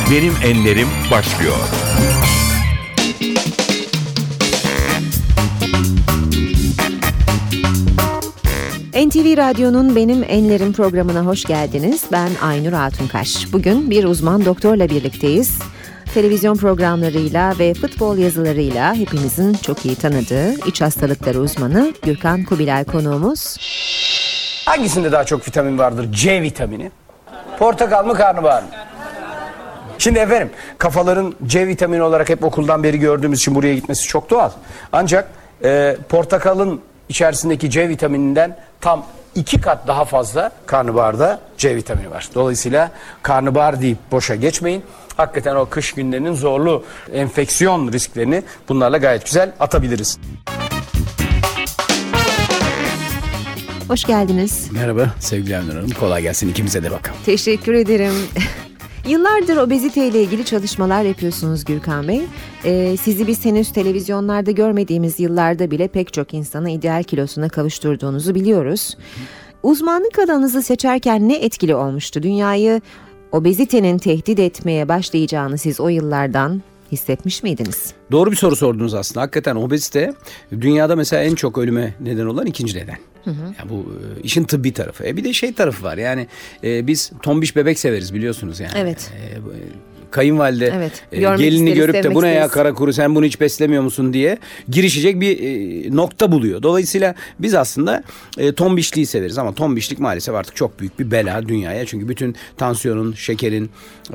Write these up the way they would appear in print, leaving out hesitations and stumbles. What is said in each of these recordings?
Benim Enlerim başlıyor. NTV Radyo'nun Benim Enlerim programına hoş geldiniz. Ben Aynur Altunkaş. Bugün bir uzman doktorla birlikteyiz. Televizyon programlarıyla ve futbol yazılarıyla hepimizin çok iyi tanıdığı iç hastalıkları uzmanı Gürkan Kubilay konuğumuz. Hangisinde daha çok vitamin vardır? C vitamini. Portakal mı, karnabahar mı? Şimdi efendim, kafaların C vitamini olarak hep okuldan beri gördüğümüz için buraya gitmesi çok doğal. Ancak portakalın içerisindeki C vitamininden tam 2 kat daha fazla karnabaharda C vitamini var. Dolayısıyla karnabahar deyip boşa geçmeyin. Hakikaten o kış günlerinin zorlu enfeksiyon risklerini bunlarla gayet güzel atabiliriz. Hoş geldiniz. Merhaba sevgili Aynur Hanım. Kolay gelsin ikimize de bakalım. Teşekkür ederim. Yıllardır obeziteyle ilgili çalışmalar yapıyorsunuz Gürkan Bey. Sizi biz henüz televizyonlarda görmediğimiz yıllarda bile pek çok insanı ideal kilosuna kavuşturduğunuzu biliyoruz. Uzmanlık alanınızı seçerken ne etkili olmuştu? Dünyayı obezitenin tehdit etmeye başlayacağını siz o yıllardan hissetmiş miydiniz? Doğru bir soru sordunuz aslında. Hakikaten obezite dünyada mesela en çok ölüme neden olan ikinci neden. Yani bu işin tıbbi tarafı. Bir de şey tarafı var yani biz tombiş bebek severiz biliyorsunuz yani. Evet. Kayınvalide gelini görüp de bu ne ya kara kuru sen bunu hiç beslemiyor musun diye girişecek bir nokta buluyor. Dolayısıyla biz aslında tombişliği severiz ama tombişlik maalesef artık çok büyük bir bela dünyaya. Çünkü bütün tansiyonun, şekerin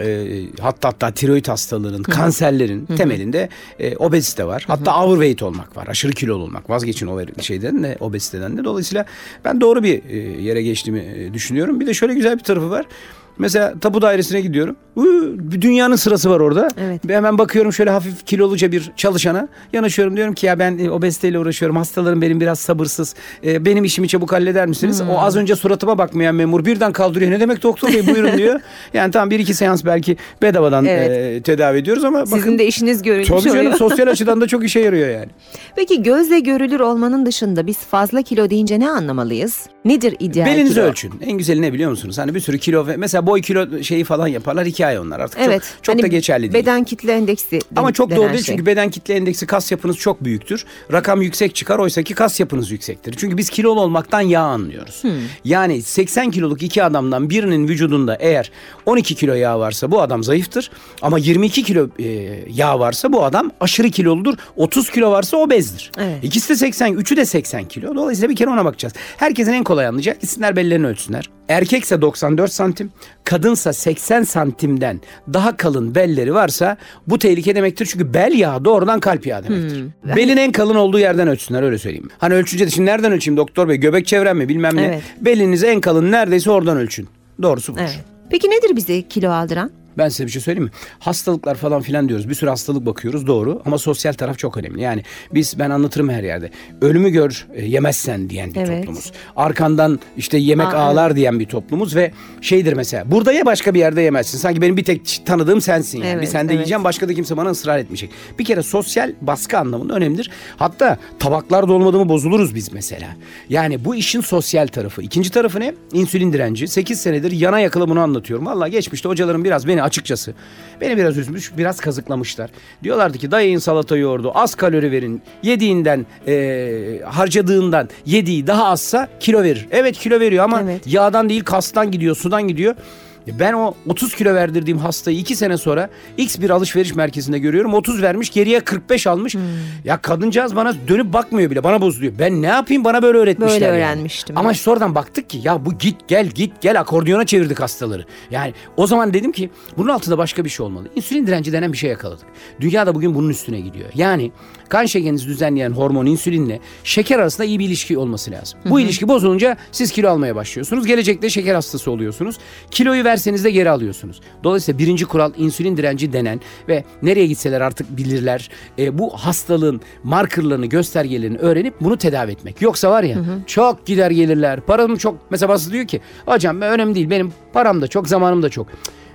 hatta tiroid hastalığının, kanserlerin temelinde obezite var. Hatta overweight olmak var. Aşırı kilolu olmak. Vazgeçin o şeyden de obeziteden de. Dolayısıyla ben doğru bir yere geçtiğimi düşünüyorum. Bir de şöyle güzel bir tarafı var. Mesela tapu dairesine gidiyorum. Dünyanın sırası var orada. Evet. Hemen bakıyorum şöyle hafif kiloluca bir çalışana. Yanaşıyorum diyorum ki ya ben obeziteyle uğraşıyorum. Hastalarım benim biraz sabırsız. Benim işimi çabuk halleder misiniz? O az önce suratıma bakmayan memur birden kaldırıyor. Ne demek doktor bey buyurun diyor. Yani tamam 1-2 seans belki bedavadan tedavi ediyoruz ama sizin bakın, de işiniz görülmüş tabii canım, oluyor. sosyal açıdan da çok işe yarıyor yani. Peki gözle görülür olmanın dışında biz fazla kilo deyince ne anlamalıyız? Nedir ideal Belinizi kilo? ölçün. En güzeli ne biliyor musunuz? Hani bir sürü kilo mesela boy kilo şeyi falan yaparlar. Hikaye onlar artık. Evet. Çok hani da geçerli değil. Beden kitle endeksi Ama çok doğru değil şey. çünkü beden kitle endeksi kas yapınız çok büyüktür. Rakam yüksek çıkar oysa ki kas yapınız yüksektir. Çünkü biz kilolu olmaktan yağ anlıyoruz. Yani 80 kiloluk iki adamdan birinin vücudunda eğer 12 kilo yağ varsa bu adam zayıftır. Ama 22 kilo yağ varsa bu adam aşırı kiloludur. 30 kilo varsa obezdir. Evet. İkisi de 80, üçü de 80 kilo. Dolayısıyla bir kere ona bakacağız. Herkesin en kolay anlayacağı gitsinler bellerini ölçsünler. Erkekse 94 santim, kadınsa 80 santimden daha kalın belleri varsa bu tehlike demektir. Çünkü bel yağı doğrudan kalp yağı demektir. Belin en kalın olduğu yerden ölçsünler öyle söyleyeyim. Hani ölçünce de şimdi nereden ölçeyim doktor bey? Göbek çevrem mi bilmem ne. Evet. Beliniz en kalın neredeyse oradan ölçün. Doğrusu budur. Evet. Peki nedir bizi kilo aldıran? Ben size bir şey söyleyeyim mi? Hastalıklar falan filan diyoruz. Bir sürü hastalık bakıyoruz doğru ama sosyal taraf çok önemli. Yani ben anlatırım her yerde. Ölümü gör yemezsen diyen bir toplumuz. Arkandan işte yemek ağlar diyen bir toplumuz ve şeydir mesela. Burada ye başka bir yerde yemezsin. Sanki benim bir tek tanıdığım sensin yani. Bir sende yiyeceğim başka da kimse bana ısrar etmeyecek. Bir kere sosyal baskı anlamında önemlidir. Hatta tabaklarda olmadı mı bozuluruz biz mesela. Yani bu işin sosyal tarafı. İkinci tarafı ne? İnsülin direnci. 8 senedir yana yakıla bunu anlatıyorum. Vallahi geçmişte hocalarım biraz beni açıkçası beni biraz üzmüş, biraz kazıklamışlar. Diyorlardı ki dayayın salata yoğurdu, az kalori verin, yediğinden harcadığından yediği daha azsa kilo verir. Evet kilo veriyor ama yağdan değil kastan gidiyor, sudan gidiyor. Ben o 30 kilo verdirdiğim hastayı 2 sene sonra X bir alışveriş merkezinde görüyorum. 30 vermiş geriye 45 almış. Ya kadıncağız bana dönüp bakmıyor bile. Bana bozuluyor. Ben ne yapayım bana böyle öğretmişler. Böyle yani. öğrenmiştim. Ama sonradan baktık ki ya bu git gel akordiyona çevirdik hastaları. Yani o zaman dedim ki bunun altında başka bir şey olmalı. İnsülin direnci denen bir şey yakaladık. Dünyada bugün bunun üstüne gidiyor. Yani kan şekerinizi düzenleyen hormon insülinle şeker arasında iyi bir ilişki olması lazım. Bu ilişki bozulunca siz kilo almaya başlıyorsunuz. Gelecekte şeker hastası oluyorsunuz. Kiloyu verseniz de geri alıyorsunuz. Dolayısıyla birinci kural insülin direnci denen ve nereye gitseler artık bilirler. Bu hastalığın markerlarını, göstergelerini öğrenip bunu tedavi etmek. Yoksa var ya çok gider gelirler. Param çok. Mesela bazısı diyor ki hocam önemli değil benim param da çok zamanım da çok.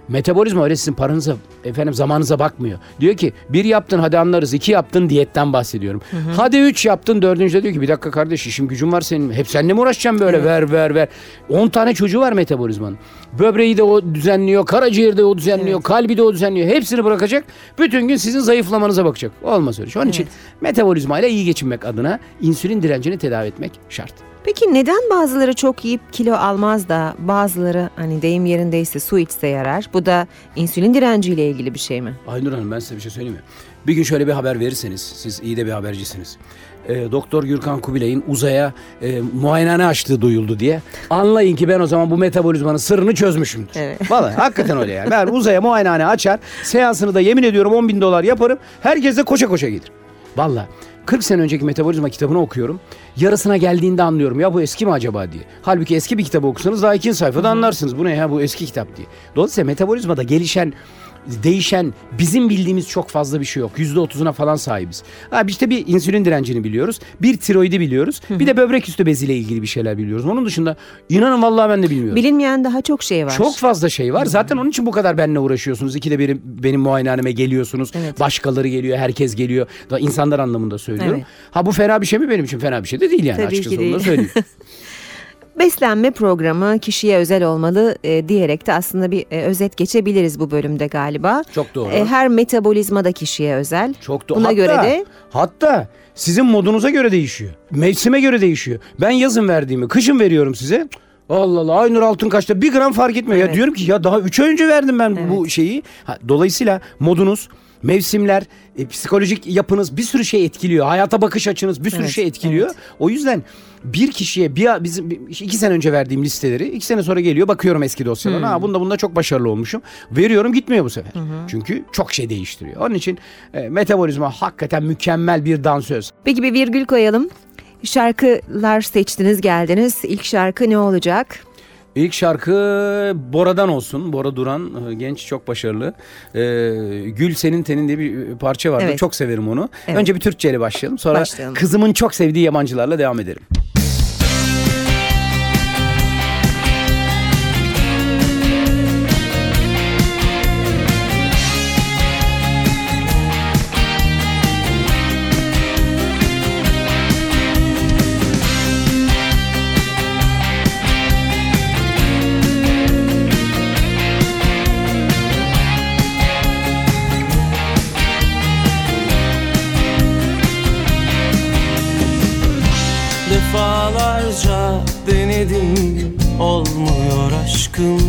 Metabolizma öyle sizin paranıza, zamanınıza bakmıyor. Diyor ki 1 yaptın hadi anlarız, 2 yaptın diyetten bahsediyorum. Hadi 3 yaptın, 4. diyor ki bir dakika kardeş işim gücüm var senin. Hep seninle mi uğraşacağım böyle ver. 10 tane çocuğu var metabolizmanın. Böbreği de o düzenliyor, karaciğeri de o düzenliyor, kalbi de o düzenliyor. Hepsini bırakacak. Bütün gün sizin zayıflamanıza bakacak. Olmaz öyle şey. Onun için metabolizmayla iyi geçinmek adına insülin direncini tedavi etmek şart. Peki neden bazıları çok yiyip kilo almaz da bazıları hani deyim yerindeyse su içse yarar? Bu da insülin direnciyle ilgili bir şey mi? Aynur Hanım ben size bir şey söyleyeyim mi? Bir gün şöyle bir haber verirseniz, siz iyi de bir habercisiniz. Doktor Gürkan Kubilay'ın uzaya muayenehane açtığı duyuldu diye. Anlayın ki ben o zaman bu metabolizmanın sırrını çözmüşümdür. Evet. Vallahi hakikaten öyle yani. Ben uzaya muayenehane açar, seansını da yemin ediyorum $10.000 yaparım. Herkes de koşa koşa gelir. Vallahi 40 sene önceki metabolizma kitabını okuyorum. Yarısına geldiğinde anlıyorum. Ya bu eski mi acaba diye. Halbuki eski bir kitabı okusanız daha 2. sayfada anlarsınız. Bu ne ya bu eski kitap diye. Dolayısıyla metabolizmada gelişen, değişen, bizim bildiğimiz çok fazla bir şey yok. %30'una falan sahibiz. İşte bir insülin direncini biliyoruz. Bir tiroidi biliyoruz. Bir de böbrek üstü beziyle ilgili bir şeyler biliyoruz. Onun dışında inanın vallahi ben de bilmiyorum. Bilinmeyen daha çok şey var. Çok fazla şey var. Zaten onun için bu kadar benimle uğraşıyorsunuz. 2'de bir benim muayenehaneme geliyorsunuz. Evet. Başkaları geliyor, herkes geliyor. İnsanlar anlamında söylüyorum. Evet. Bu fena bir şey mi? Benim için fena bir şey de değil yani. Tabii açıkçası ki değil. onu da söyleyeyim. Beslenme programı kişiye özel olmalı diyerek de aslında bir özet geçebiliriz bu bölümde galiba. Çok doğru. Her metabolizma da kişiye özel. Çok doğru. Buna göre de... Hatta sizin modunuza göre değişiyor. Mevsime göre değişiyor. Ben yazın verdiğimi kışın veriyorum size. Allah Allah Aynur Altunkaş'ta 1 gram fark etmiyor. Evet. Ya diyorum ki ya daha 3 ay önce verdim ben bu şeyi. Dolayısıyla modunuz, mevsimler, psikolojik yapınız bir sürü şey etkiliyor. Hayata bakış açınız bir sürü şey etkiliyor. Evet. O yüzden bir kişiye bizim 2 sene önce verdiğim listeleri 2 sene sonra geliyor bakıyorum eski dosyalarına. Bunda çok başarılı olmuşum. Veriyorum gitmiyor bu sefer. Çünkü çok şey değiştiriyor. Onun için metabolizma hakikaten mükemmel bir dansöz. Peki bir virgül koyalım. Şarkılar seçtiniz geldiniz. İlk şarkı ne olacak? İlk şarkı Bora'dan olsun. Bora Duran genç çok başarılı. Gül Senin Tenin diye bir parça vardı. Evet. Çok severim onu. Evet. Önce bir Türkçeyle başlayalım. Sonra kızımın çok sevdiği yabancılarla devam edelim. Defalarca denedim olmuyor aşkım.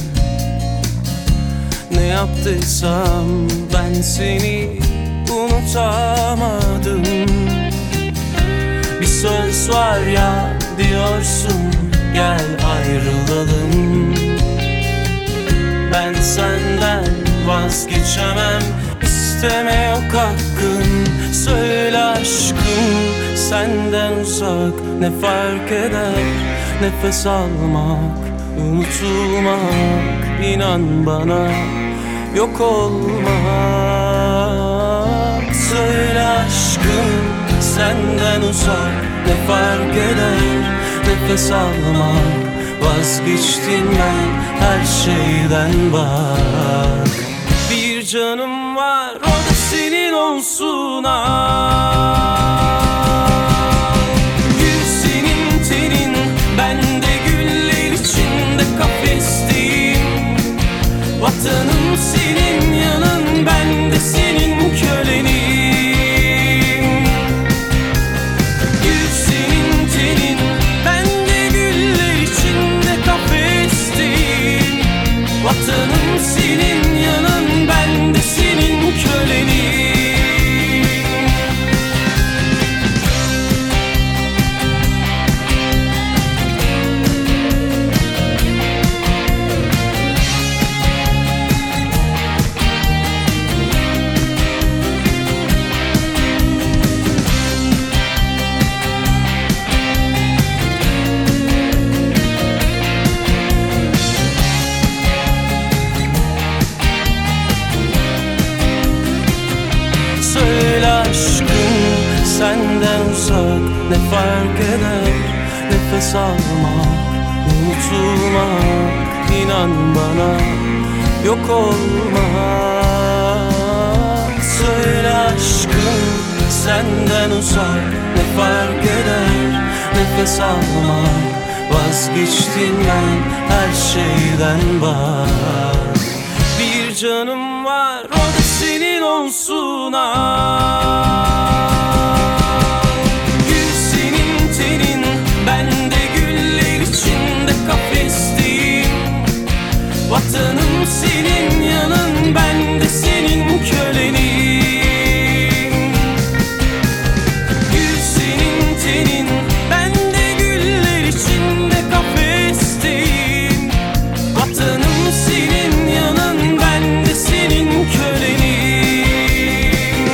Ne yaptıysam ben seni unutamadım. Bir söz var ya diyorsun gel ayrılalım. Ben senden vazgeçemem, isteme yok hakkın. Söyle aşkım senden uzak ne fark eder? Nefes almak, unutulmak, inan bana yok olmak. Söyle aşkım senden uzak ne fark eder? Nefes almak, vazgeçtim ben her şeyden bak. Bir canım var o da senin olsun Gül senin tenin, ben de güller içinde kafesteyim. Vatanım senin yanın, ben de senin kölenim. Gül senin tenin, ben de güller içinde kafesteyim. Vatanım senin yanın, ben de senin kölenim. Senden uzak ne fark eder? Nefes almak, unutulmak, inan bana yok olmak. Söyle aşkım, senden uzak ne fark eder? Nefes almak, vazgeçtiğimden her şeyden bak. Bir canım var, o da senin olsun Gül senin tenin, ben de güller içinde kafesteyim. Vatanım senin yanın, ben de senin kölenim. Gül senin tenin, ben de güller içinde kafesteyim. Vatanım senin yanın, ben de senin kölenim.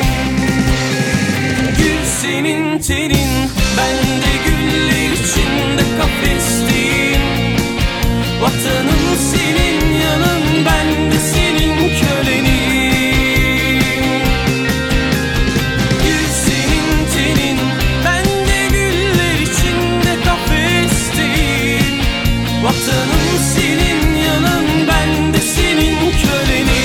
Gül senin tenin, ben de güller içinde kafesteyim. Vatanım senin yanın, ben de senin kölenim. Gül senin tenin, ben de güller içinde kafesteyim. Vatanım senin yanın, ben de senin kölenim.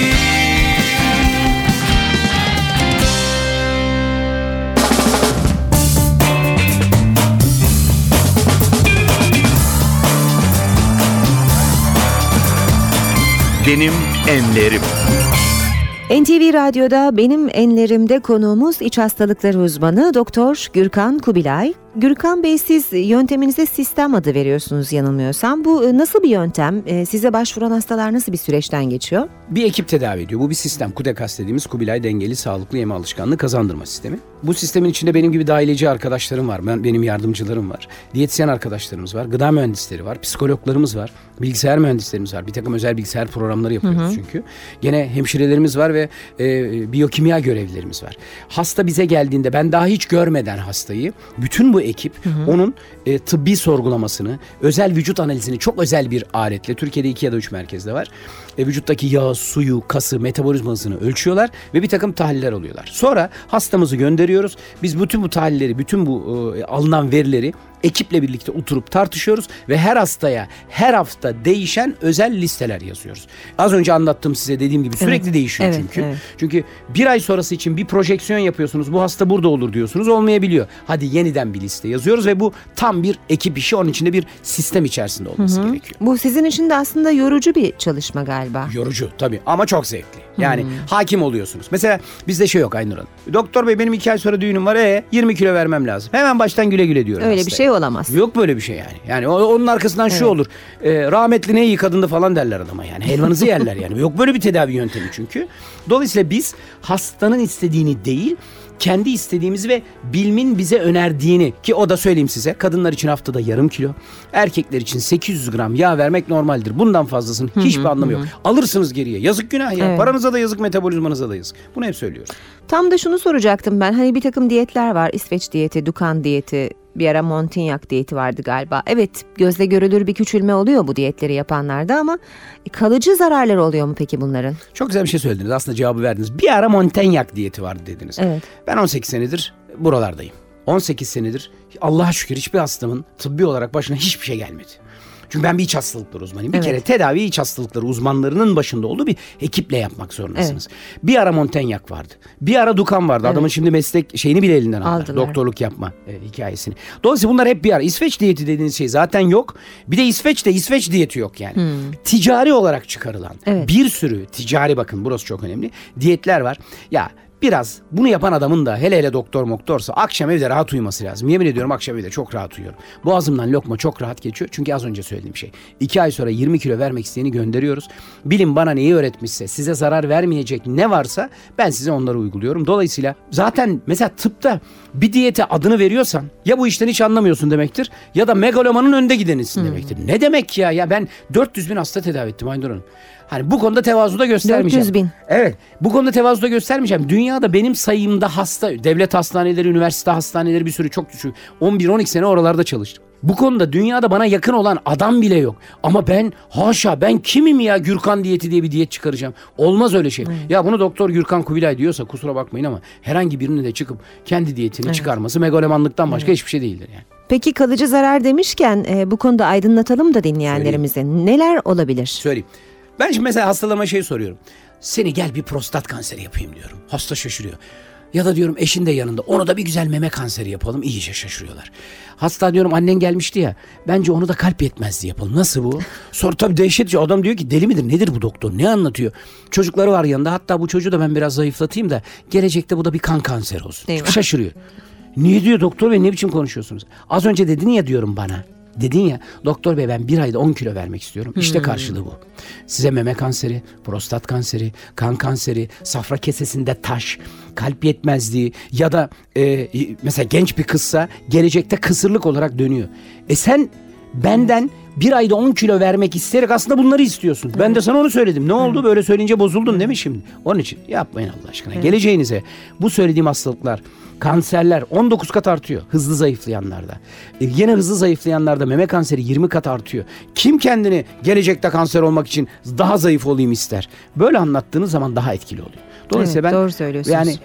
Benim enlerim. NTV Radyo'da Benim Enlerim'de konuğumuz iç hastalıkları uzmanı Doktor Gürkan Kubilay. Gürkan Bey, siz yönteminize sistem adı veriyorsunuz yanılmıyorsam. Bu nasıl bir yöntem? Size başvuran hastalar nasıl bir süreçten geçiyor? Bir ekip tedavi ediyor. Bu bir sistem. KUDEKAS dediğimiz Kubilay Dengeli Sağlıklı Yeme Alışkanlığı Kazandırma Sistemi. Bu sistemin içinde benim gibi dahiliyeci arkadaşlarım var. Benim yardımcılarım var. Diyetisyen arkadaşlarımız var. Gıda mühendisleri var. Psikologlarımız var. Bilgisayar mühendislerimiz var. Bir takım özel bilgisayar programları yapıyoruz çünkü. Gene hemşirelerimiz var ve biyokimya görevlilerimiz var. Hasta bize geldiğinde, ben daha hiç görmeden hastayı, bütün bu ekip onun tıbbi sorgulamasını, özel vücut analizini çok özel bir aletle, Türkiye'de 2 ya da 3 merkezde var. Vücuttaki yağı, suyu, kası, metabolizmasını ölçüyorlar ve bir takım tahliller alıyorlar. Sonra hastamızı gönderiyoruz. Biz bütün bu tahlilleri, bütün bu alınan verileri ekiple birlikte oturup tartışıyoruz ve her hastaya her hafta değişen özel listeler yazıyoruz. Az önce anlattım size, dediğim gibi sürekli değişiyor çünkü. Evet. Çünkü bir ay sonrası için bir projeksiyon yapıyorsunuz. Bu hasta burada olur diyorsunuz, olmayabiliyor. Hadi yeniden bir liste yazıyoruz ve bu tam bir ekip işi. Onun içinde bir sistem içerisinde olması gerekiyor. Bu sizin için de aslında yorucu bir çalışma galiba. Yorucu tabii ama çok zevkli. Yani hakim oluyorsunuz. Mesela bizde şey yok Aynur Hanım. Doktor bey, benim 2 ay sonra düğünüm var. 20 kilo vermem lazım. Hemen baştan güle güle diyorum. Öyle hastaya. Bir şey olamaz. Yok böyle bir şey yani. Yani onun arkasından şu olur. Rahmetli ne iyi kadındı falan derler adama yani. Helvanızı yerler yani. Yok böyle bir tedavi yöntemi çünkü. Dolayısıyla biz hastanın istediğini değil, kendi istediğimizi ve bilimin bize önerdiğini, ki o da söyleyeyim size, kadınlar için haftada yarım kilo, erkekler için 800 gram yağ vermek normaldir. Bundan fazlasının hiçbir anlamı yok. Alırsınız geriye. Yazık, günah ya. Evet. Paranıza da yazık, metabolizmanıza da yazık. Bunu hep söylüyoruz. Tam da şunu soracaktım ben. Hani bir takım diyetler var. İsveç diyeti, Dukan diyeti, bir ara Montignac diyeti vardı galiba. Evet, gözle görülür bir küçülme oluyor bu diyetleri yapanlarda ama kalıcı zararları oluyor mu peki bunların? Çok güzel bir şey söylediniz. Aslında cevabı verdiniz. Bir ara Montignac diyeti vardı dediniz. Evet. Ben 18 senedir buralardayım. 18 senedir Allah'a şükür hiçbir hastamın tıbbi olarak başına hiçbir şey gelmedi. Çünkü ben bir iç hastalıkları uzmanıyım. Bir kere tedavi iç hastalıkları uzmanlarının başında olduğu bir ekiple yapmak zorundasınız. Evet. Bir ara Montignac vardı. Bir ara Dukan vardı. Evet. Adamın şimdi meslek şeyini bile elinden aldılar. Doktorluk yapma hikayesini. Dolayısıyla bunlar hep bir ara. İsveç diyeti dediğiniz şey zaten yok. Bir de İsveç diyeti yok yani. Ticari olarak çıkarılan bir sürü ticari, bakın burası çok önemli, diyetler var. Ya biraz bunu yapan adamın da hele doktorsa akşam evde rahat uyuması lazım. Yemin ediyorum akşam evde çok rahat uyuyorum. Boğazımdan lokma çok rahat geçiyor. Çünkü az önce söylediğim şey. 2 ay sonra 20 kilo vermek isteyeni gönderiyoruz. Bilim bana neyi öğretmişse, size zarar vermeyecek ne varsa ben size onları uyguluyorum. Dolayısıyla zaten mesela tıpta bir diyete adını veriyorsan ya bu işten hiç anlamıyorsun demektir ya da megalomanın önde gidenisin demektir. Ne demek ya? Ya ben 400 bin hasta tedavi ettim Aynur Hanım. Hani bu konuda tevazuda göstermeyeceğim. 400 bin. Evet. Bu konuda tevazuda göstermeyeceğim. Dünyada benim sayımda hasta, devlet hastaneleri, üniversite hastaneleri bir sürü çok düşük. 11-12 sene oralarda çalıştım. Bu konuda dünyada bana yakın olan adam bile yok. Ama ben haşa, ben kimim ya Gürkan diyeti diye bir diyet çıkaracağım. Olmaz öyle şey. Ya bunu Doktor Gürkan Kubilay diyorsa kusura bakmayın ama herhangi birinin de çıkıp kendi diyetini çıkarması megalomanlıktan başka hiçbir şey değildir yani. Peki kalıcı zarar demişken bu konuda aydınlatalım da dinleyenlerimize. Neler olabilir? Söyleyeyim. Ben şimdi mesela hastalarıma şey soruyorum. Seni gel bir prostat kanseri yapayım diyorum. Hasta şaşırıyor. Ya da diyorum eşin de yanında. Onu da bir güzel meme kanseri yapalım. İyice şaşırıyorlar. Hasta diyorum annen gelmişti ya. Bence onu da kalp yetmezliği yapalım. Nasıl bu? Sonra tabii dehşetçi. Adam diyor ki deli midir? Nedir bu doktor? Ne anlatıyor? Çocukları var yanında. Hatta bu çocuğu da ben biraz zayıflatayım da gelecekte bu da bir kan kanseri olsun. Eyvah. Şaşırıyor. Niye diyor doktor bey, ne biçim konuşuyorsunuz? Az önce dedin ya diyorum bana. Dedin ya doktor bey ben bir ayda 10 kilo vermek istiyorum. İşte karşılığı bu. Size meme kanseri, prostat kanseri, kan kanseri, safra kesesinde taş, kalp yetmezliği ya da mesela genç bir kızsa gelecekte kısırlık olarak dönüyor. Sen benden bir ayda 10 kilo vermek isteyerek aslında bunları istiyorsun. Evet. Ben de sana onu söyledim. Ne oldu? Böyle söyleyince bozuldun değil mi şimdi? Onun için yapmayın Allah aşkına. Evet. Geleceğinize bu söylediğim hastalıklar, kanserler 19 kat artıyor hızlı zayıflayanlarda. Yine hızlı zayıflayanlarda meme kanseri 20 kat artıyor. Kim kendini gelecekte kanser olmak için daha zayıf olayım ister? Böyle anlattığınız zaman daha etkili oluyor. Dolayısıyla evet, doğru söylüyorsunuz. Yani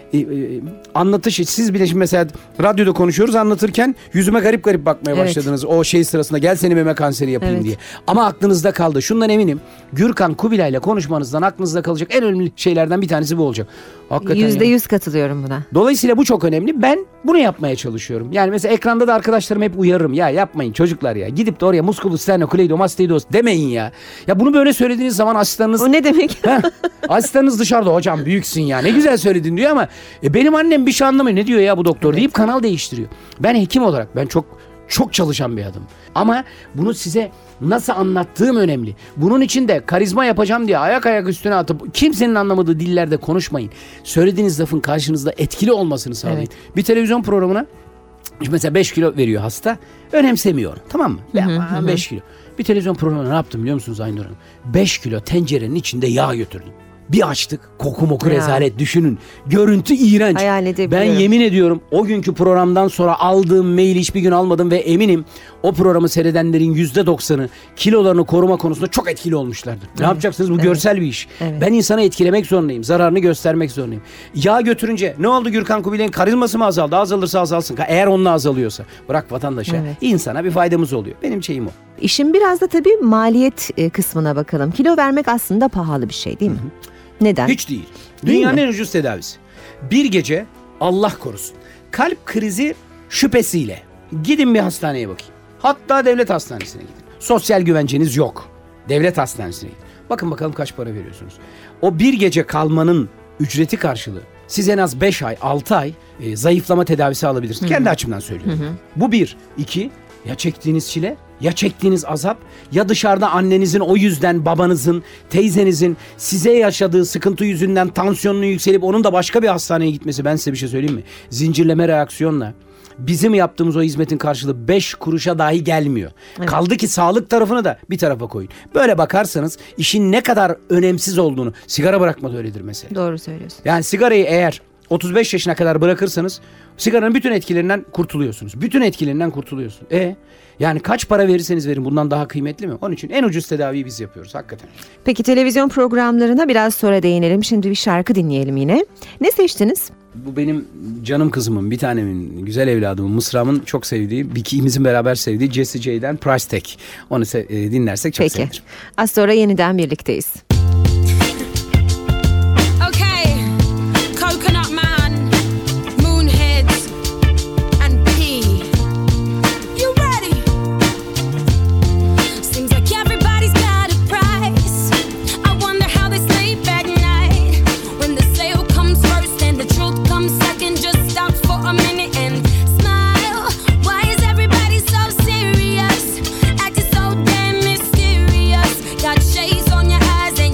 anlatış, siz bile şimdi mesela radyoda konuşuyoruz, anlatırken yüzüme garip garip bakmaya başladınız. O şey sırasında gel seni meme kanseri yapayım diye. Ama aklınızda kaldı. Şundan eminim. Gürkan Kubilay'la konuşmanızdan aklınızda kalacak en önemli şeylerden bir tanesi bu olacak. Hakikaten %100 katılıyorum buna. Dolayısıyla bu çok önemli. Ben bunu yapmaya çalışıyorum. Yani mesela ekranda da arkadaşlarım hep uyarırım. Ya yapmayın çocuklar ya. Gidip de oraya musculus sternocleidomastoideus demeyin ya. Ya bunu böyle söylediğiniz zaman asistanınız... O ne demek? Asistanınız dışarıda hocam büyüksün ya. Ne güzel söyledin diyor ama benim annem bir şey anlamıyor. Ne diyor ya bu doktor deyip kanal değiştiriyor. Ben hekim olarak ben çok çalışan bir adamım. Ama bunu size nasıl anlattığım önemli. Bunun için de karizma yapacağım diye ayak üstüne atıp kimsenin anlamadığı dillerde konuşmayın. Söylediğiniz lafın karşınızda etkili olmasını sağlayın. Evet. Bir televizyon programına mesela 5 kilo veriyor hasta. Önemsemiyor onu, tamam mı? 5 kilo. Bir televizyon programına ne yaptım biliyor musunuz Aynur Hanım? 5 kilo tencerenin içinde yağ götürdüm. Bir açtık, koku moku rezalet, düşünün. Görüntü iğrenç. Hayal edebiliyorum. Ben yemin ediyorum o günkü programdan sonra aldığım maili hiçbir gün almadım ve eminim o programı seyredenlerin %90'ı kilolarını koruma konusunda çok etkili olmuşlardır. Evet. Ne yapacaksınız? Bu görsel bir iş. Evet. Ben insanı etkilemek zorundayım. Zararını göstermek zorundayım. Yağ götürünce ne oldu Gürkan Kubilay'ın karizması mı azaldı? Azalırsa azalsın. Eğer onunla azalıyorsa. Bırak vatandaşa. Evet. İnsana bir faydamız oluyor. Benim şeyim o. İşin biraz da tabii maliyet kısmına bakalım. Kilo vermek aslında pahalı bir şey değil mi? Neden? Hiç değil. Dünyanın en ucuz tedavisi. Bir gece Allah korusun kalp krizi şüphesiyle gidin bir hastaneye bakayım. Hatta devlet hastanesine gidin. Sosyal güvenceniz yok. Devlet hastanesine gidin. Bakın bakalım kaç para veriyorsunuz. O bir gece kalmanın ücreti karşılığı siz en az 5 ay 6 ay zayıflama tedavisi alabilirsiniz. Kendi açımdan söylüyorum. Bu bir. 2. Ya çektiğiniz çile, ya çektiğiniz azap, ya dışarıda annenizin o yüzden, babanızın, teyzenizin size yaşadığı sıkıntı yüzünden tansiyonunun yükselip onun da başka bir hastaneye gitmesi. Ben size bir şey söyleyeyim mi? Zincirleme reaksiyonla bizim yaptığımız o hizmetin karşılığı 5 kuruşa dahi gelmiyor. Evet. Kaldı ki sağlık tarafını da bir tarafa koyun. Böyle bakarsanız işin ne kadar önemsiz olduğunu, sigara bırakma da öyledir mesela. Doğru söylüyorsun. Yani sigarayı eğer 35 yaşına kadar bırakırsanız sigaranın bütün etkilerinden kurtuluyorsunuz. Bütün etkilerinden kurtuluyorsunuz. Yani kaç para verirseniz verin bundan daha kıymetli mi? Onun için en ucuz tedaviyi biz yapıyoruz hakikaten. Peki televizyon programlarına biraz sonra değinelim. Şimdi bir şarkı dinleyelim yine. Ne seçtiniz? Bu benim canım kızımın, bir tanemin, güzel evladımın, Mısra'mın çok sevdiği, ikimizin beraber sevdiği Jessie J'den Price Tag. Onu dinlersek çok sevinirim. Peki. Az sonra yeniden birlikteyiz. Got shades on your eyes.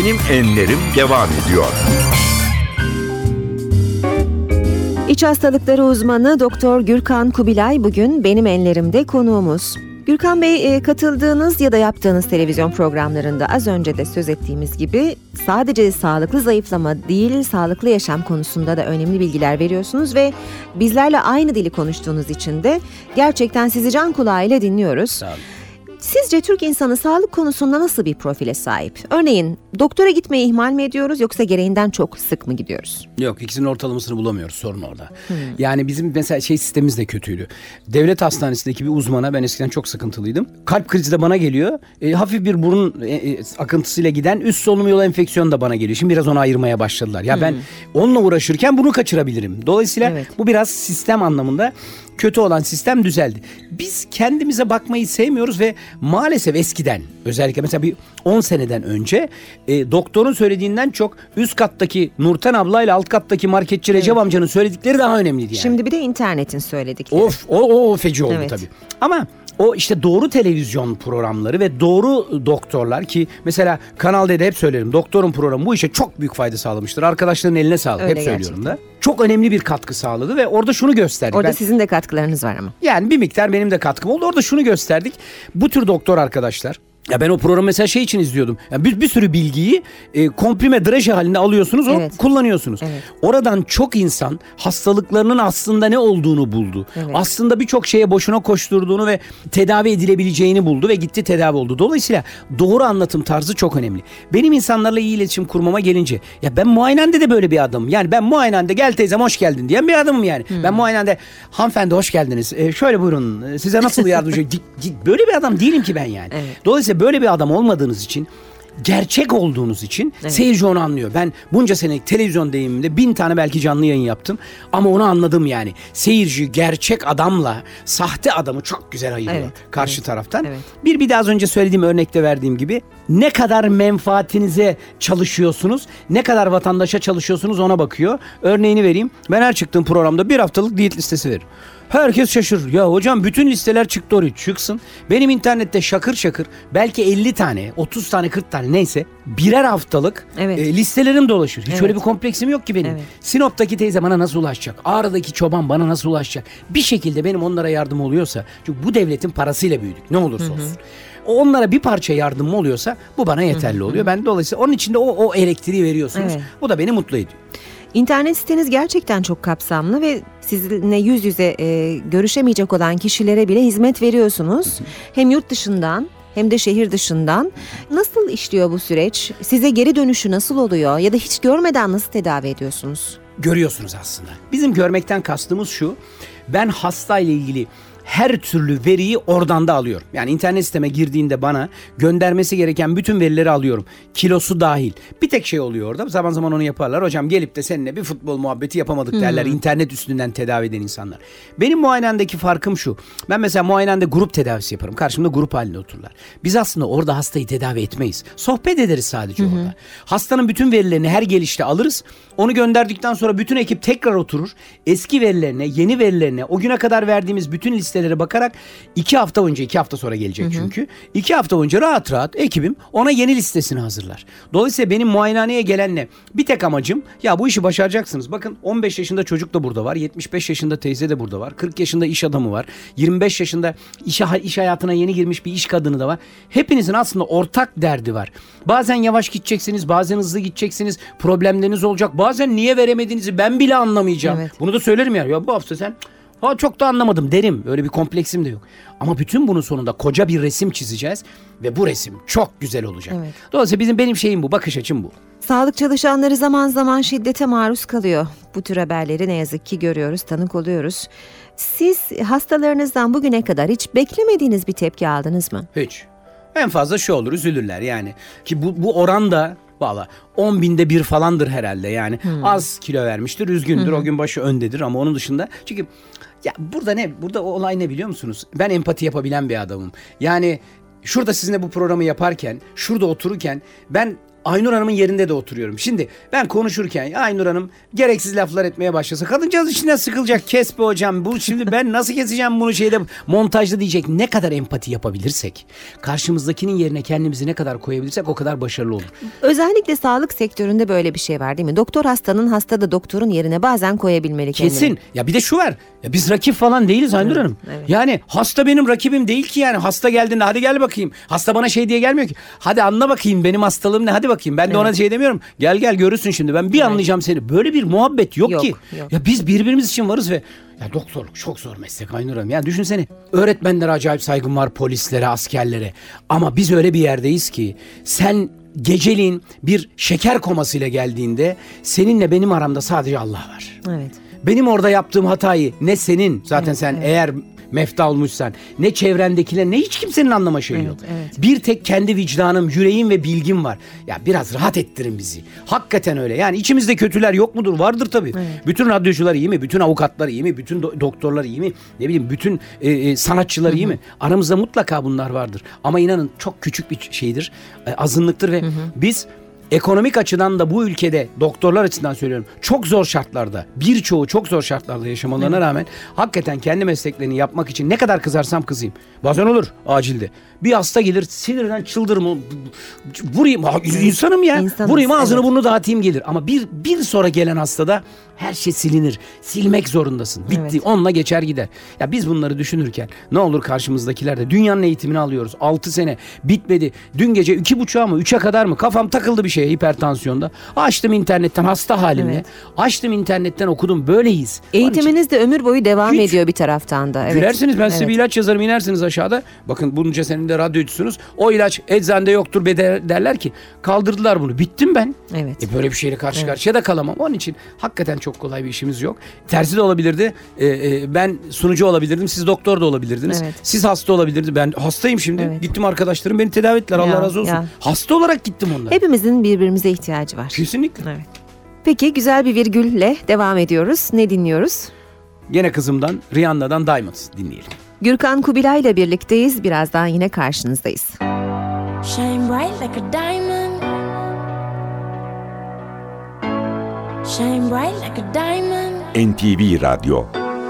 Benim Enlerim devam ediyor. İç hastalıkları uzmanı Doktor Gürkan Kubilay bugün Benim Enlerim'de konuğumuz. Gürkan Bey, katıldığınız ya da yaptığınız televizyon programlarında az önce de söz ettiğimiz gibi sadece sağlıklı zayıflama değil, sağlıklı yaşam konusunda da önemli bilgiler veriyorsunuz ve bizlerle aynı dili konuştuğunuz için de gerçekten sizi can kulağıyla dinliyoruz. Sağ olun. Sizce Türk insanı sağlık konusunda nasıl bir profile sahip? Örneğin doktora gitmeyi ihmal mi ediyoruz yoksa gereğinden çok sık mı gidiyoruz? Yok, ikisinin ortalamasını bulamıyoruz, sorun orada. Yani bizim mesela sistemimiz de kötüydü. Devlet hastanesindeki bir uzmana ben eskiden çok sıkıntılıydım. Kalp krizi de bana geliyor. Hafif bir burun akıntısıyla giden üst solunum yolu enfeksiyonu da bana geliyor. Şimdi biraz onu ayırmaya başladılar. Ya ben onunla uğraşırken bunu kaçırabilirim. Dolayısıyla Evet. bu biraz sistem anlamında kötü olan sistem düzeldi. Biz kendimize bakmayı sevmiyoruz ve maalesef eskiden, özellikle mesela bir 10 seneden önce doktorun söylediğinden çok üst kattaki Nurten ablayla alt kattaki marketçi Recep amcanın söyledikleri daha önemliydi yani. Şimdi bir de internetin söyledikleri. Of, o feci oldu Evet. tabii. Ama o işte doğru televizyon programları ve doğru doktorlar, ki mesela Kanal D'de hep söylerim, doktorun programı bu işe çok büyük fayda sağlamıştır. Arkadaşların eline sağlık, Öyle hep söylüyorum gerçekten. da. Çok önemli bir katkı sağladı ve orada şunu gösterdi. Orada Ben- sizin de katkılarınız var ama. Yani bir miktar benim de katkım oldu. Orada şunu gösterdik. Bu tür doktor arkadaşlar, ya ben o programı mesela şey için izliyordum. Yani bir sürü bilgiyi komprime draje halinde alıyorsunuz, onu Evet. kullanıyorsunuz. Evet. Oradan çok insan hastalıklarının aslında ne olduğunu buldu. Evet. Aslında birçok şeye boşuna koşturduğunu ve tedavi edilebileceğini buldu ve gitti tedavi oldu. Dolayısıyla doğru anlatım tarzı çok önemli. Benim insanlarla iyi iletişim kurmama gelince, ya ben muayenende de böyle bir adamım. Yani ben muayenende gel teyzem hoş geldin diyen bir adamım yani. Ben muayenende hanımefendi hoş geldiniz. Şöyle buyurun, size nasıl yardımcı? Böyle bir adam değilim ki ben yani. Evet. Dolayısıyla böyle bir adam olmadığınız için, gerçek olduğunuz için seyirci onu anlıyor. Ben bunca senelik televizyon deyimimde 1000 tane belki canlı yayın yaptım ama onu anladım yani. Seyirci gerçek adamla sahte adamı çok güzel ayırıyor Evet, karşı taraftan. evet. Bir daha az önce söylediğim örnekte verdiğim gibi ne kadar menfaatinize çalışıyorsunuz, ne kadar vatandaşa çalışıyorsunuz ona bakıyor. Örneğini vereyim. Ben her çıktığım programda bir haftalık diyet listesi veririm. Herkes şaşırır. Ya hocam bütün listeler çıktı oraya. Çıksın. Benim internette şakır şakır belki 50 tane, 30 tane, 40 tane neyse birer haftalık Evet. listelerim dolaşır. Hiç Evet. öyle bir kompleksim yok ki benim. Evet. Sinop'taki teyze bana nasıl ulaşacak? Ağrı'daki çoban bana nasıl ulaşacak? Bir şekilde benim onlara yardım oluyorsa, çünkü bu devletin parasıyla büyüdük ne olursa olsun. Onlara bir parça yardımım oluyorsa bu bana yeterli oluyor. Ben dolayısıyla onun için de o elektriği veriyorsunuz. Evet. Bu da beni mutlu ediyor. İnternet siteniz gerçekten çok kapsamlı ve sizinle yüz yüze görüşemeyecek olan kişilere bile hizmet veriyorsunuz. Hem yurt dışından hem de şehir dışından. Nasıl işliyor bu süreç? Size geri dönüşü nasıl oluyor? Ya da hiç görmeden nasıl tedavi ediyorsunuz? Görüyorsunuz aslında. Bizim görmekten kastımız şu. Ben hastayla ilgili her türlü veriyi oradan da alıyorum. Yani internet siteme girdiğinde bana göndermesi gereken bütün verileri alıyorum. Kilosu dahil. Bir tek şey oluyor orada. Zaman zaman onu yaparlar. Hocam gelip de seninle bir futbol muhabbeti yapamadık derler. İnternet üstünden tedavi eden insanlar. Benim muayenemdeki farkım şu. Ben mesela muayenemde grup tedavisi yaparım. Karşımda grup halinde otururlar. Biz aslında orada hastayı tedavi etmeyiz. Sohbet ederiz sadece orada. Hastanın bütün verilerini her gelişte alırız. Onu gönderdikten sonra bütün ekip tekrar oturur. Eski verilerine, yeni verilerine, o güne kadar verdiğimiz bütün listelere bakarak 2 hafta önce, 2 hafta sonra gelecek çünkü. 2 hafta önce rahat rahat ekibim ona yeni listesini hazırlar. Dolayısıyla benim muayenehaneye gelenle bir tek amacım, ya bu işi başaracaksınız. Bakın 15 yaşında çocuk da burada var. 75 yaşında teyze de burada var. 40 yaşında iş adamı var. 25 yaşında iş hayatına yeni girmiş bir iş kadını da var. Hepinizin aslında ortak derdi var. Bazen yavaş gideceksiniz, bazen hızlı gideceksiniz. Problemleriniz olacak. Bazen niye veremediğinizi ben bile anlamayacağım. Evet. Bunu da söylerim ya. Ya bu hafta sen çok da anlamadım derim. Öyle bir kompleksim de yok. Ama bütün bunun sonunda koca bir resim çizeceğiz ve bu resim çok güzel olacak. Evet. Dolayısıyla benim şeyim bu, bakış açım bu. Sağlık çalışanları zaman zaman şiddete maruz kalıyor. Bu tür haberleri ne yazık ki görüyoruz, tanık oluyoruz. Siz hastalarınızdan bugüne kadar hiç beklemediğiniz bir tepki aldınız mı? Hiç. En fazla şu olur, üzülürler yani. Ki bu oran da valla 10 binde bir falandır herhalde yani. Az kilo vermiştir, üzgündür, o gün başı öndedir ama onun dışında. Çünkü ya burada olay ne biliyor musunuz? Ben empati yapabilen bir adamım. Yani şurada sizinle bu programı yaparken, şurada otururken ben Aynur Hanım'ın yerinde de oturuyorum. Şimdi ben konuşurken ya Aynur Hanım gereksiz laflar etmeye başlasa kadıncağız içinden sıkılacak. Kes be hocam. Bu şimdi ben nasıl keseceğim bunu şeyde montajda diyecek. Ne kadar empati yapabilirsek, karşımızdakinin yerine kendimizi ne kadar koyabilirsek o kadar başarılı olur. Özellikle sağlık sektöründe böyle bir şey var değil mi? Doktor hastanın, hasta da doktorun yerine bazen koyabilmeli kendini. Kesin. Ya bir de şu var. Ya biz rakip falan değiliz Aynur Hanım. evet. Yani hasta benim rakibim değil ki yani. Hasta geldiğinde hadi gel bakayım. Hasta bana şey diye gelmiyor ki. Hadi anla bakayım benim hastalığım ne, hadi bakayım. Ben de ona şey demiyorum. Gel görürsün şimdi. Ben bir anlayacağım seni. Böyle bir muhabbet yok ki. Yok. Ya biz birbirimiz için varız ve ya doktorluk çok zor meslek Aynur Hanım. Yani düşünsene, öğretmenlere acayip saygım var, polislere, askerlere. Ama biz öyle bir yerdeyiz ki sen geceliğin bir şeker komasıyla geldiğinde seninle benim aramda sadece Allah var. Evet. Benim orada yaptığım hatayı ne senin zaten sen eğer mefta olmuşsan ne çevrendekiler ne hiç kimsenin anlama şeyi yok. evet. Bir tek kendi vicdanım, yüreğim ve bilgim var. Ya biraz rahat ettirin bizi. Hakikaten öyle. Yani içimizde kötüler yok mudur? Vardır tabii. Bütün radyocular iyi mi? Bütün avukatlar iyi mi? Bütün doktorlar iyi mi? Ne bileyim bütün sanatçılar iyi mi? Aramızda mutlaka bunlar vardır. Ama inanın çok küçük bir şeydir. Azınlıktır ve biz ekonomik açıdan da bu ülkede doktorlar açısından söylüyorum çok zor şartlarda, birçoğu çok zor şartlarda yaşamalarına rağmen hakikaten kendi mesleklerini yapmak için ne kadar kızarsam kızayım. Bazen olur acilde. Bir hasta gelir sinirden çıldırırım. Vurayım. İnsanım ya. İnsanız, Vurayım ağzını evet. burnunu dağıtayım gelir. Ama bir sonra gelen hastada her şey silinir. Silmek zorundasın. Bitti. Evet. Onunla geçer gider. Ya biz bunları düşünürken ne olur karşımızdakiler de dünyanın eğitimini alıyoruz. 6 sene bitmedi. Dün gece 2.30'a mı 3'e kadar mı kafam takıldı bir şeye hipertansiyonda. Açtım internetten hasta halimle. Evet. Açtım internetten okudum. Böyleyiz. Eğitiminiz de ömür boyu devam Hiç. ediyor bir taraftan da. Evet. Gülersiniz, ben size Evet. bir ilaç yazarım, inersiniz aşağıda. Bakın bunca senin de radyocusunuz. O ilaç eczanede yoktur be derler ki kaldırdılar bunu. Bittim ben. Evet. Böyle bir şeyle karşı karşıya da kalamam. Onun için hakikaten çok kolay bir işimiz yok. Tersi de olabilirdi. Ben sunucu olabilirdim. Siz doktor da olabilirdiniz. Evet. Siz hasta olabilirdiniz. Ben hastayım şimdi. Evet. Gittim arkadaşlarım beni tedavi ettiler. Ya, Allah razı olsun. ya. Hasta olarak gittim onlara. Hepimizin birbirimize ihtiyacı var. Kesinlikle. Evet. Peki güzel bir virgülle devam ediyoruz. Ne dinliyoruz? Gene kızımdan Rihanna'dan Diamonds dinleyelim. Gürkan Kubilay ile birlikteyiz. Birazdan yine karşınızdayız. Shine bright like a diamond. Shine bright like a diamond. NTV Radyo.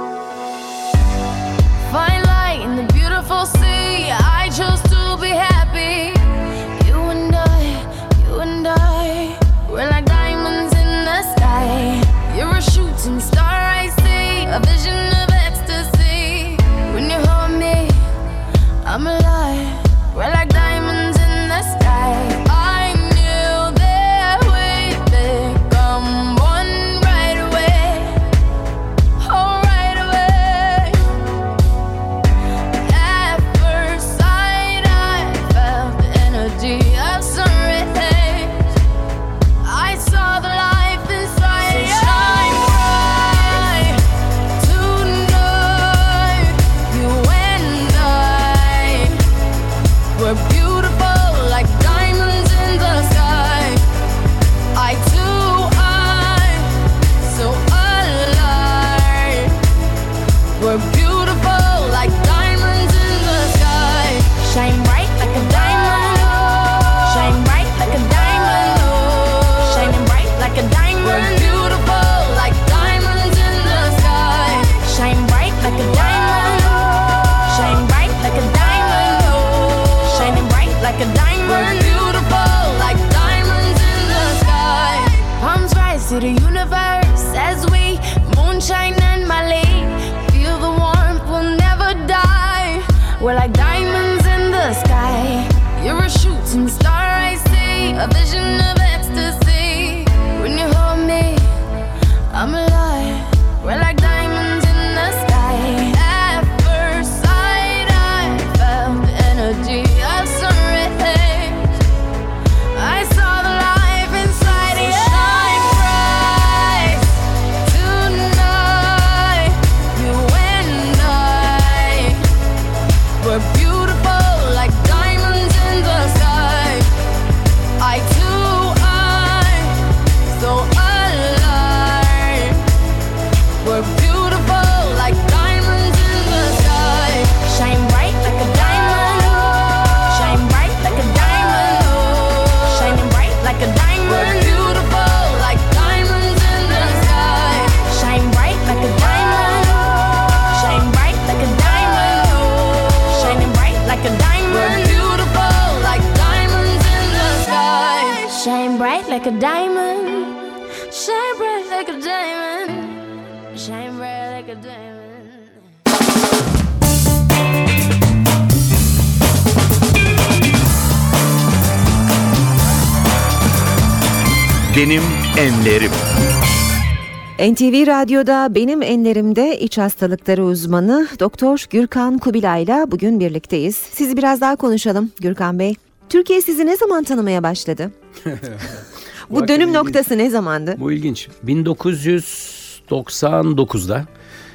Fine light in the beautiful sea. I chose to be happy. You and I, we're like diamonds in the sky. You're a shooting star, I see, a vision of ecstasy. When you hold me, I'm alive. We're like diamonds in the sky. I knew that we'd become one right away. Oh, right away. At first sight, I felt the energy of sun rays. I saw the life inside. So shine bright tonight. You and I, we're beautiful like diamonds in the sky. I too, I'm so alive. We're beautiful like diamonds in the sky. Shine bright like a diamond. Shine bright like a diamond. Shining bright like a diamond. We're beautiful like diamonds in the sky. Shine bright like a diamond. Shine bright like a diamond. Shining bright like a diamond. We're beautiful like diamonds in the sky. Palms rise to the universe as we moonshine and Mali. Feel the warmth, we'll never die. We're like diamonds in the sky. You're a shooting star, I see, a vision of ecstasy. When you hold me, I'm alive. We're like diamonds in the sky. At first sight, I felt the energy of sun rays. I saw the life inside you. Shine bright tonight. You and I, we're beautiful like diamonds in the sky. I too, Shine bright like a diamond. Shine bright like a diamond. Benim enlerim. NTV Radyo'da Benim Enlerim'de iç hastalıkları uzmanı Doktor Gürkan Kubilay'la bugün birlikteyiz. Sizi biraz daha konuşalım Gürkan Bey. Türkiye sizi ne zaman tanımaya başladı? Bu dönüm noktası ne zamandı? Bu ilginç. 1999'da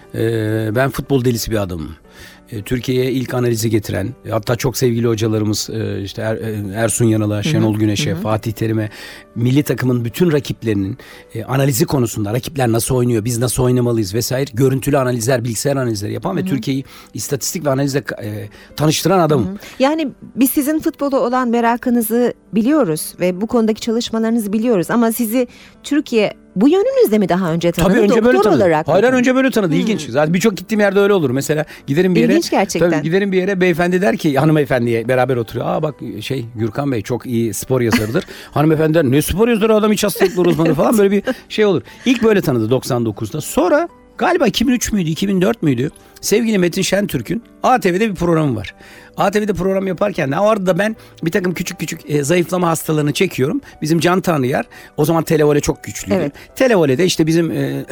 ben futbol delisi bir adamım. Türkiye'ye ilk analizi getiren, hatta çok sevgili hocalarımız işte Ersun Yanal'a, Şenol Güneş'e, Fatih Terim'e, milli takımın bütün rakiplerinin analizi konusunda, rakipler nasıl oynuyor, biz nasıl oynamalıyız vesaire, görüntülü analizler, bilgisayar analizleri yapan ve Türkiye'yi istatistik ve analizle tanıştıran adamım. Yani biz sizin futbola olan merakınızı biliyoruz ve bu konudaki çalışmalarınızı biliyoruz ama sizi Türkiye bu yönünüzle mi daha önce tanıdı? Tabii önce böyle tanıdı. Olarak Hayır, önce böyle tanıdı. İlginç. Zaten birçok gittiğim yerde öyle olur. Mesela giderim bir yere. İlginç gerçekten. Tabii giderim bir yere, beyefendi der ki hanımefendiye, beraber oturuyor. Aa bak Gürkan Bey çok iyi spor yazarıdır. Hanımefendi der ne spor yazarı, adam iç hastalıkları uzmanı falan, böyle bir şey olur. İlk böyle tanıdı 99'da. Sonra galiba 2003 müydü 2004 müydü? Sevgili Metin Şentürk'ün ATV'de bir programı var. ATV'de program yaparken de orada ben bir takım küçük zayıflama hastalarını çekiyorum. Bizim Can Tanrıyer, o zaman televole çok güçlüydü. Evet. Televole'de işte bizim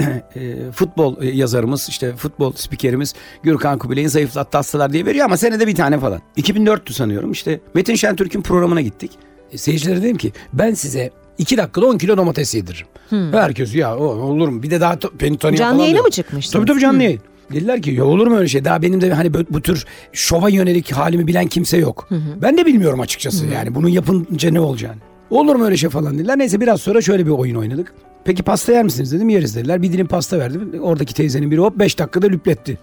futbol yazarımız, işte futbol spikerimiz Gürkan Kubilay'ın zayıflattığı hastalar diye veriyor ama senede bir tane falan. 2004'tü sanıyorum, işte Metin Şentürk'ün programına gittik. Seyircilere dedim ki ben size 2 dakikada 10 kilo domates yediririm. Herkes ya olur mu? Bir de daha beni tanıyan canlı falan yayına diyor. mı çıkmıştınız? Tabii canlı yayın. Dediler ki ya olur mu öyle şey? Daha benim de hani bu tür şova yönelik halimi bilen kimse yok. Ben de bilmiyorum açıkçası yani bunun yapınca ne olacağını. Olur mu öyle şey falan dediler. Neyse biraz sonra şöyle bir oyun oynadık. Peki pasta yer misiniz dedim, yeriz dediler. Bir dilim pasta verdim. Oradaki teyzenin biri hop 5 dakikada lüpletti.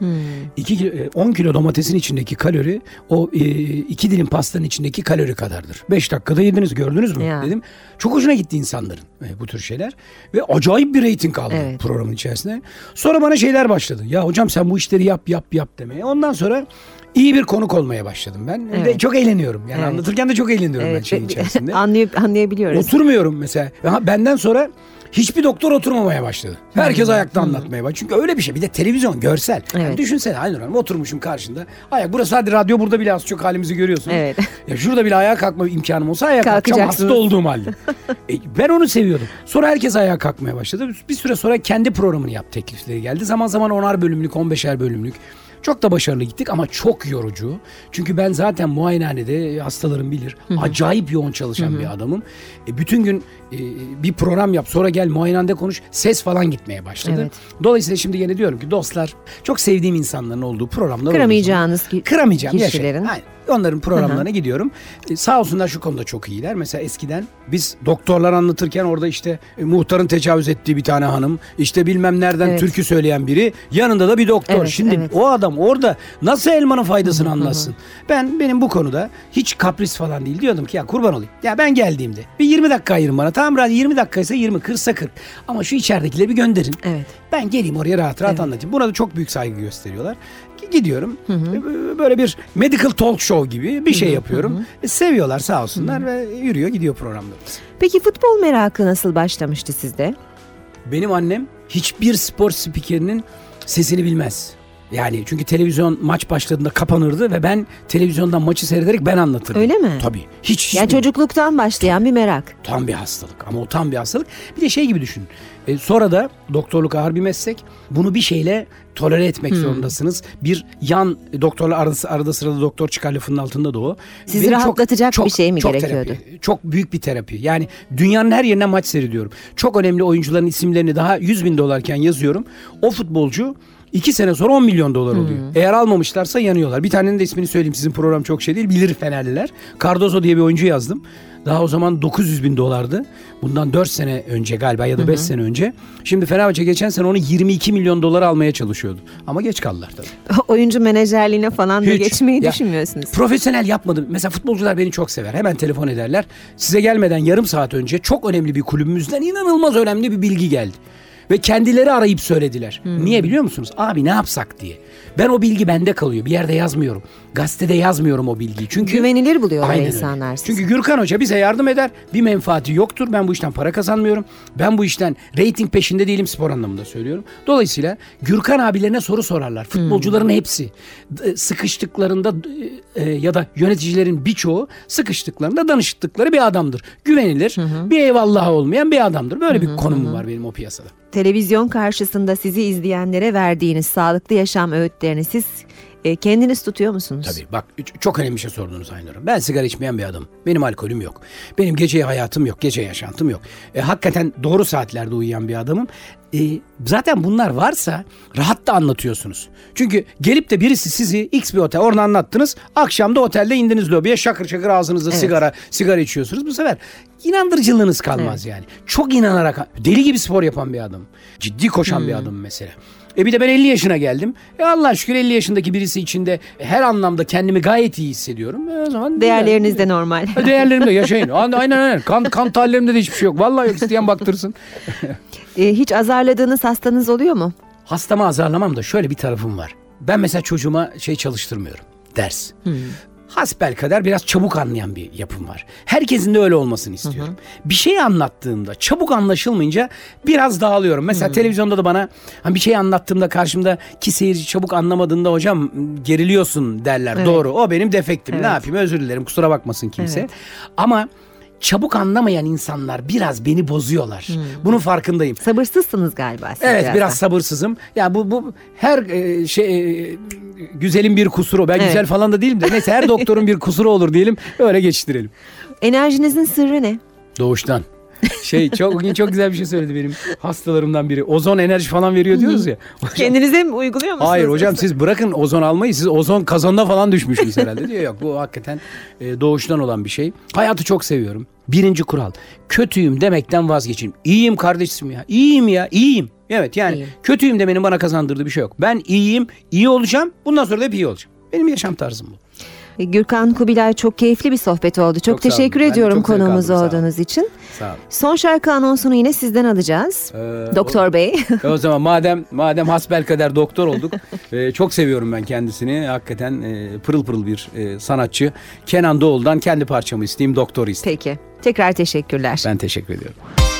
10 kilo domatesin içindeki kalori o 2 dilim pastanın içindeki kalori kadardır. 5 dakikada yediniz, gördünüz mü dedim. Çok hoşuna gitti insanların bu tür şeyler. Ve acayip bir reyting aldı programın içerisinde. Sonra bana şeyler başladı. Ya hocam sen bu işleri yap demeye. Ondan sonra iyi bir konuk olmaya başladım ben. Ve çok eğleniyorum. Yani anlatırken de çok eğleniyorum ben şeyin içerisinde. Anlayabiliyoruz. Oturmuyorum mesela. Benden sonra hiçbir doktor oturmamaya başladı. Herkes ayakta anlatmaya başladı. Çünkü öyle bir şey. Bir de televizyon, görsel. Yani düşünsene Aynur Hanım, oturmuşum karşında. Burası hadi radyo, burada bile az çok halimizi görüyorsun. Evet. Ya şurada bile ayağa kalkma imkanım olsa ayağa kalkacağım, hasta olduğum halde. Ben onu seviyordum. Sonra herkes ayağa kalkmaya başladı. Bir süre sonra kendi programını yap teklifleri geldi. Zaman zaman 10'ar bölümlük, 15'er bölümlük. Çok da başarılı gittik ama çok yorucu. Çünkü ben zaten muayenehanede, hastalarım bilir, acayip yoğun çalışan bir adamım. Bütün gün bir program yap, sonra gel muayenehanede konuş, ses falan gitmeye başladı. Evet. Dolayısıyla şimdi yine diyorum ki dostlar, çok sevdiğim insanların olduğu programlar, kıramayacağınız kişilerin. Aynen. Onların programlarına gidiyorum. Sağ olsunlar şu konuda çok iyiler. Mesela eskiden biz doktorlar anlatırken orada işte muhtarın tecavüz ettiği bir tane hanım, işte bilmem nereden türkü söyleyen biri, yanında da bir doktor. Şimdi o adam orada nasıl elmanın faydasını anlatsın? Benim bu konuda hiç kapris falan değil. Diyordum ki ya kurban olayım. Ya ben geldiğimde bir 20 dakika ayırın bana. Tamam 20 dakikaysa 20, 40'sa 40. Ama şu içeridekileri bir gönderin. Evet. Ben geleyim oraya rahat anlatayım. Buna da çok büyük saygı gösteriyorlar. Gidiyorum. Böyle bir medical talk show gibi bir şey yapıyorum. Seviyorlar sağ olsunlar ve yürüyor gidiyor programlarımız. Peki futbol merakı nasıl başlamıştı sizde? Benim annem hiçbir spor spikerinin sesini bilmez. Yani çünkü televizyon maç başladığında kapanırdı ve ben televizyondan maçı seyrederek ben anlatırdım. Öyle mi? Tabii. Hiç yani çocukluktan başlayan bir merak. Tam bir hastalık ama o tam bir hastalık. Bir de şey gibi düşün. Sonra da doktorluk ağır bir meslek. Bunu bir şeyle tolere etmek zorundasınız. Bir yan doktorlar arada sırada doktor çıkar lafının altında da o. Sizi rahatlatacak bir şey mi gerekiyordu? Terapi, çok büyük bir terapi. Yani dünyanın her yerinden maç seyrediyorum. Çok önemli oyuncuların isimlerini daha $100.000 yazıyorum. O futbolcu 2 sene sonra $10 milyon oluyor. Eğer almamışlarsa yanıyorlar. Bir tanenin de ismini söyleyeyim, sizin program çok şey değil. Bilir Fenerliler. Cardozo diye bir oyuncu yazdım. Daha o zaman $900.000'dı. Bundan 4 sene önce galiba ya da 5 sene önce. Şimdi Fenerbahçe geçen sene onu $22 milyon almaya çalışıyordu. Ama geç kaldılar tabii. Oyuncu menajerliğine falan da geçmeyi düşünmüyorsunuz. Profesyonel yapmadım. Mesela futbolcular beni çok sever. Hemen telefon ederler. Size gelmeden yarım saat önce çok önemli bir kulübümüzden inanılmaz önemli bir bilgi geldi. Ve kendileri arayıp söylediler. Niye biliyor musunuz? Abi ne yapsak diye. Ben o bilgi bende kalıyor. Bir yerde yazmıyorum. Gazetede yazmıyorum o bilgiyi. Çünkü Güvenilir buluyorlar Aynen insanlar öyle. sizi. Çünkü Gürkan Hoca bize yardım eder. Bir menfaati yoktur. Ben bu işten para kazanmıyorum. Ben bu işten reyting peşinde değilim, spor anlamında söylüyorum. Dolayısıyla Gürkan abilerine soru sorarlar. Futbolcuların hepsi sıkıştıklarında ya da yöneticilerin birçoğu sıkıştıklarında danıştıkları bir adamdır. Güvenilir, bir eyvallahı olmayan bir adamdır. Böyle bir konumum var benim o piyasada. Televizyon karşısında sizi izleyenlere verdiğiniz sağlıklı yaşam öğütlerini siz kendiniz tutuyor musunuz? Tabii bak çok önemli bir şey sordunuz Aynur Hanım. Ben sigara içmeyen bir adamım. Benim alkolüm yok. Benim gece hayatım yok. Gece yaşantım yok. Hakikaten doğru saatlerde uyuyan bir adamım. Zaten bunlar varsa rahat da anlatıyorsunuz. Çünkü gelip de birisi sizi X bir otel orada anlattınız. Akşam da otelde indiniz lobiye şakır şakır ağzınızda sigara içiyorsunuz. Bu sefer inandırıcılığınız kalmaz yani. Çok inanarak deli gibi spor yapan bir adam. Ciddi koşan bir adam mesela. Bir de ben 50 yaşına geldim. Allah'a şükür 50 yaşındaki birisi içinde her anlamda kendimi gayet iyi hissediyorum. O zaman Değerleriniz de normal. Değerlerim de yaşayın. Aynen. Kan tahlillerimde de hiçbir şey yok. Vallahi yok, isteyen baktırsın. Hiç azarladığınız hastanız oluyor mu? Hastamı azarlamam da şöyle bir tarafım var. Ben mesela çocuğuma çalıştırmıyorum. Ders. Hasbelkader biraz çabuk anlayan bir yapım var. Herkesin de öyle olmasını istiyorum. Bir şey anlattığımda çabuk anlaşılmayınca biraz dağılıyorum. Mesela televizyonda da bana bir şey anlattığımda karşımdaki seyirci çabuk anlamadığında hocam geriliyorsun derler. Evet. Doğru, o benim defektim. Evet. Ne yapayım, özür dilerim, kusura bakmasın kimse. Evet. Ama çabuk anlamayan insanlar biraz beni bozuyorlar. Bunun farkındayım. Sabırsızsınız galiba siz. Evet, biraz sabırsızım. Ya bu her güzelin bir kusuru. Ben güzel falan da değilim de. Neyse, her doktorun bir kusuru olur diyelim. Öyle geçiştirelim. Enerjinizin sırrı ne? Doğuştan. Bugün çok güzel bir şey söyledi benim hastalarımdan biri. Ozon enerji falan veriyor diyoruz ya. Hocam, kendinize mi uyguluyor musunuz? Hayır hocam, siz bırakın ozon almayı, siz ozon kazanına falan düşmüşsünüz herhalde diyor. Yok, bu hakikaten doğuştan olan bir şey. Hayatı çok seviyorum. Birinci kural: kötüyüm demekten vazgeçin. İyiyim kardeşim ya. İyiyim. Evet yani İyiyim. Kötüyüm demenin bana kazandırdığı bir şey yok. Ben iyiyim, iyi olacağım. Bundan sonra da hep iyi olacağım. Benim yaşam tarzım bu. Gürkan Kubilay, çok keyifli bir sohbet oldu. Çok teşekkür ediyorum konuğumuz olduğunuz için. Sağ olun. Son şarkı anonsunu yine sizden alacağız. Doktor Bey. O zaman madem hasbelkader doktor olduk. Çok seviyorum ben kendisini. Hakikaten pırıl pırıl bir sanatçı. Kenan Doğulu'dan kendi parçamı isteyeyim, Doktor'u isteyeyim. Peki. Tekrar teşekkürler. Ben teşekkür ediyorum.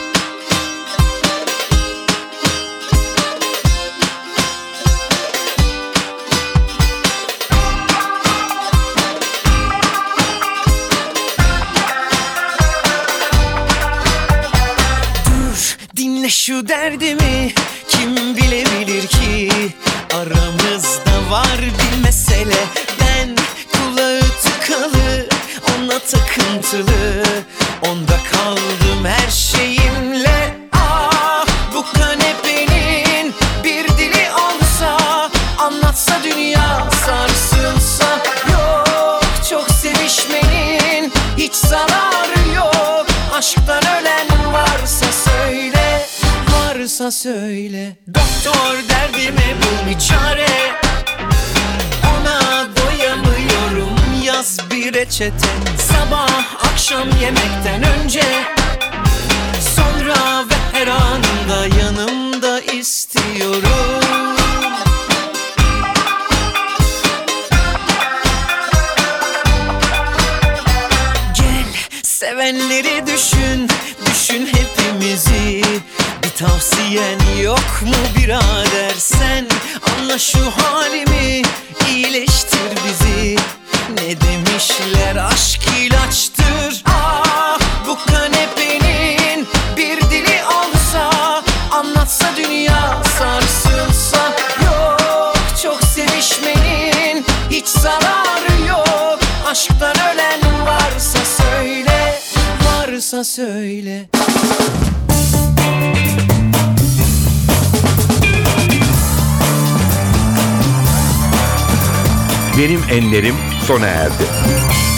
Dinle şu derdimi, kim bilebilir ki aramızda var bir mesele. Ben kulağı tıkalı, ona takıntılı, onda kaldım her şeyimle. Ah, bu kanepenin bir dili olsa, anlatsa dünya sarsılsa. Yok, çok sevişmenin hiç zararı yok. Aşktan ölen varsa söyle, varsa söyle. Doktor, derdime bul bir çare, ona doyamıyorum, yaz bir reçete. Sabah akşam yemekten önce, sonra ve her anında yanımda istiyorum. Sevenleri düşün, düşün hepimizi. Bir tavsiyen yok mu birader, sen anla şu halimi, iyileştir bizi. Ne demişler, aşk ilaçtır. Ah, bu kanepenin bir dili olsa, anlatsa dünya sarsılsa. Yok, çok sevişmenin hiç zararı yok. Aşktan ölen varsa söyle, varsa söyle. Benim enlerim sona erdi.